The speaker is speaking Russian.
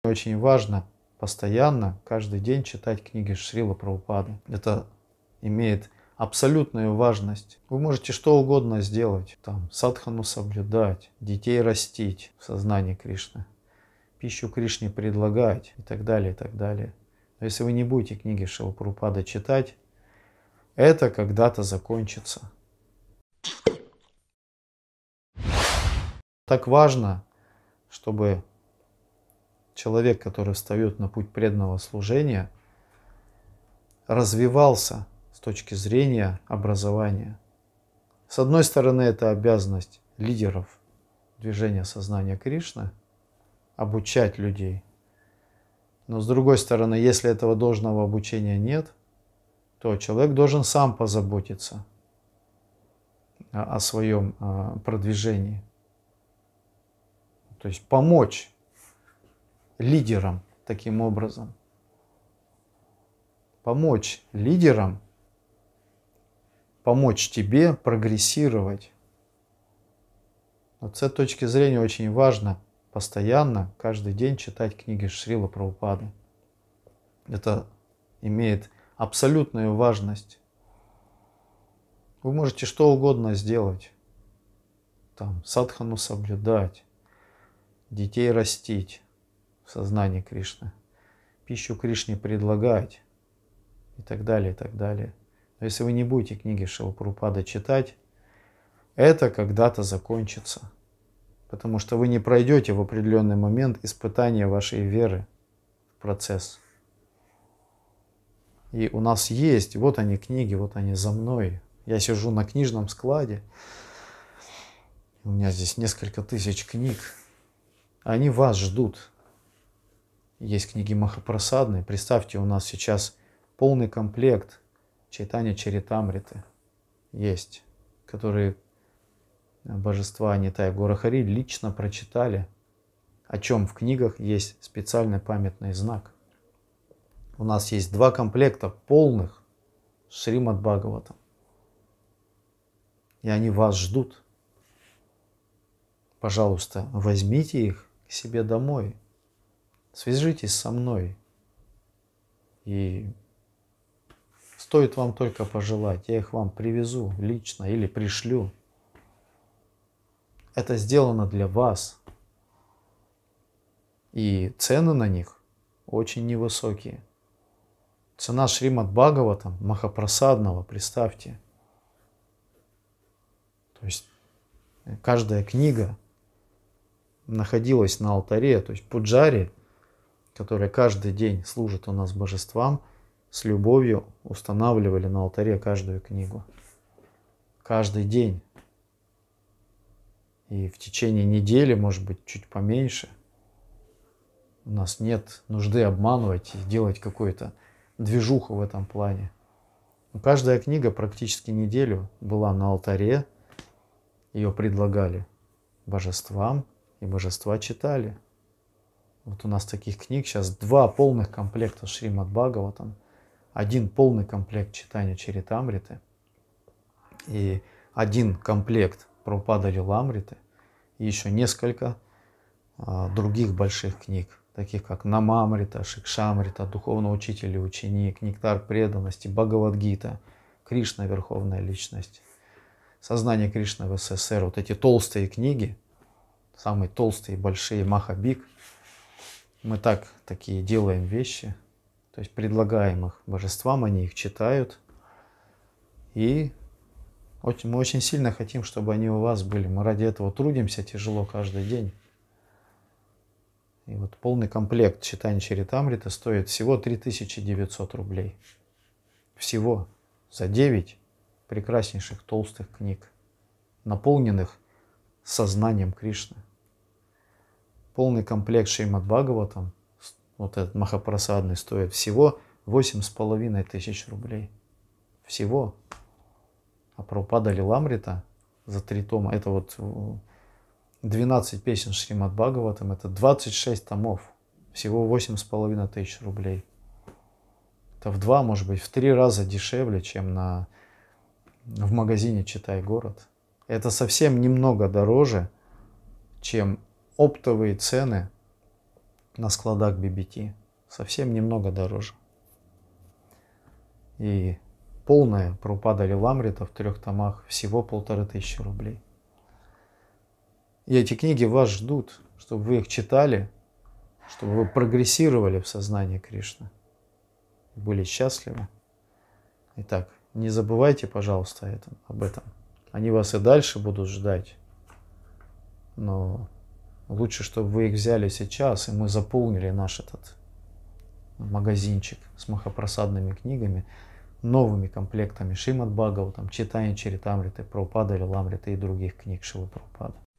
Очень важно постоянно, каждый день читать книги Шрилы Прабхупады. Это имеет абсолютную важность. Вы можете что угодно сделать. Там, садхану соблюдать, детей растить в сознании Кришны, пищу Кришне предлагать и так далее, и так далее. Но если вы не будете книги Шрилы Прабхупады читать, это когда-то закончится. Так важно, чтобы человек, который встает на путь преданного служения, развивался с точки зрения образования. С одной стороны, это обязанность лидеров движения сознания Кришны обучать людей. Но с другой стороны, если этого должного обучения нет, то человек должен сам позаботиться о своем продвижении. То есть помочь лидерам таким образом. Помочь лидерам, помочь тебе прогрессировать. Вот с этой точки зрения очень важно постоянно, каждый день читать книги Шрилы Прабхупады. Это имеет абсолютную важность. Вы можете что угодно сделать. Там, садхану соблюдать, детей растить в сознании Кришны, пищу Кришне предлагать и так далее, и так далее. Но если вы не будете книги Шрилы Прабхупады читать, это когда-то закончится. Потому что вы не пройдете в определенный момент испытания вашей веры в процесс. И у нас есть, вот они книги, вот они за мной. Я сижу на книжном складе. У меня здесь несколько тысяч книг. Они вас ждут. Есть книги Махапрасадные. Представьте, у нас сейчас полный комплект Чайтанья Чаритамриты есть, которые божества Нитай Гаура Хари лично прочитали, о чем в книгах есть специальный памятный знак. У нас есть 2 комплекта полных Шримад Бхагаватам. И они вас ждут. Пожалуйста, возьмите их к себе домой. Свяжитесь со мной. И стоит вам только пожелать, я их вам привезу лично или пришлю. Это сделано для вас. И цены на них очень невысокие. Цена Шримад Бхагаватам, Махапрасадного, представьте. То есть каждая книга находилась на алтаре, то есть пуджари, которые каждый день служат у нас божествам, с любовью устанавливали на алтаре каждую книгу. Каждый день. И в течение недели, может быть, чуть поменьше. У нас нет нужды обманывать и делать какую-то движуху в этом плане. Но каждая книга практически неделю была на алтаре. Ее предлагали божествам, и божества читали. Вот у нас таких книг сейчас 2 полных комплекта Шримад Бхагаватам, 1 полный комплект Чайтанья Чаритамриты и 1 комплект Прабхупада Лиламриты и еще несколько других больших книг, таких как Намамрита, Шикшамрита, Духовный учитель и ученик, Нектар преданности, Бхагавад-гита, Кришна Верховная Личность, Сознание Кришны в СССР. Вот эти толстые книги, самые толстые, большие, Махабик, мы такие делаем вещи, то есть предлагаем их божествам, они их читают. И мы очень сильно хотим, чтобы они у вас были. Мы ради этого трудимся тяжело каждый день. И вот полный комплект Чайтанья Чаритамриты стоит всего 3900 рублей. Всего за 9 прекраснейших толстых книг, наполненных сознанием Кришны. Полный комплект Шримад Бхагаватам, вот этот Махапрасадный, стоит всего 8500 рублей. Всего. А Прабхупада Лиламрита за 3 тома, это вот 12 песен Шримад Бхагаватам, это 26 томов. Всего 8500 рублей. Это в 2, может быть, в 3 раза дешевле, чем в магазине «Читай город». Это совсем немного дороже, чем оптовые цены на складах BBT. Совсем немного дороже. И полная Прабхупада Лиламрита в 3 томах всего 1500 рублей. И эти книги вас ждут, чтобы вы их читали, чтобы вы прогрессировали в сознании Кришны, были счастливы. Итак, не забывайте, пожалуйста, об этом. Они вас и дальше будут ждать. Но лучше, чтобы вы их взяли сейчас, и мы заполнили наш этот магазинчик с махапрасадными книгами, новыми комплектами Шримад Бхагаватам, Читания Чаритамриты, Прабхупады Лиламриты и других книг Шрилы Прабхупады.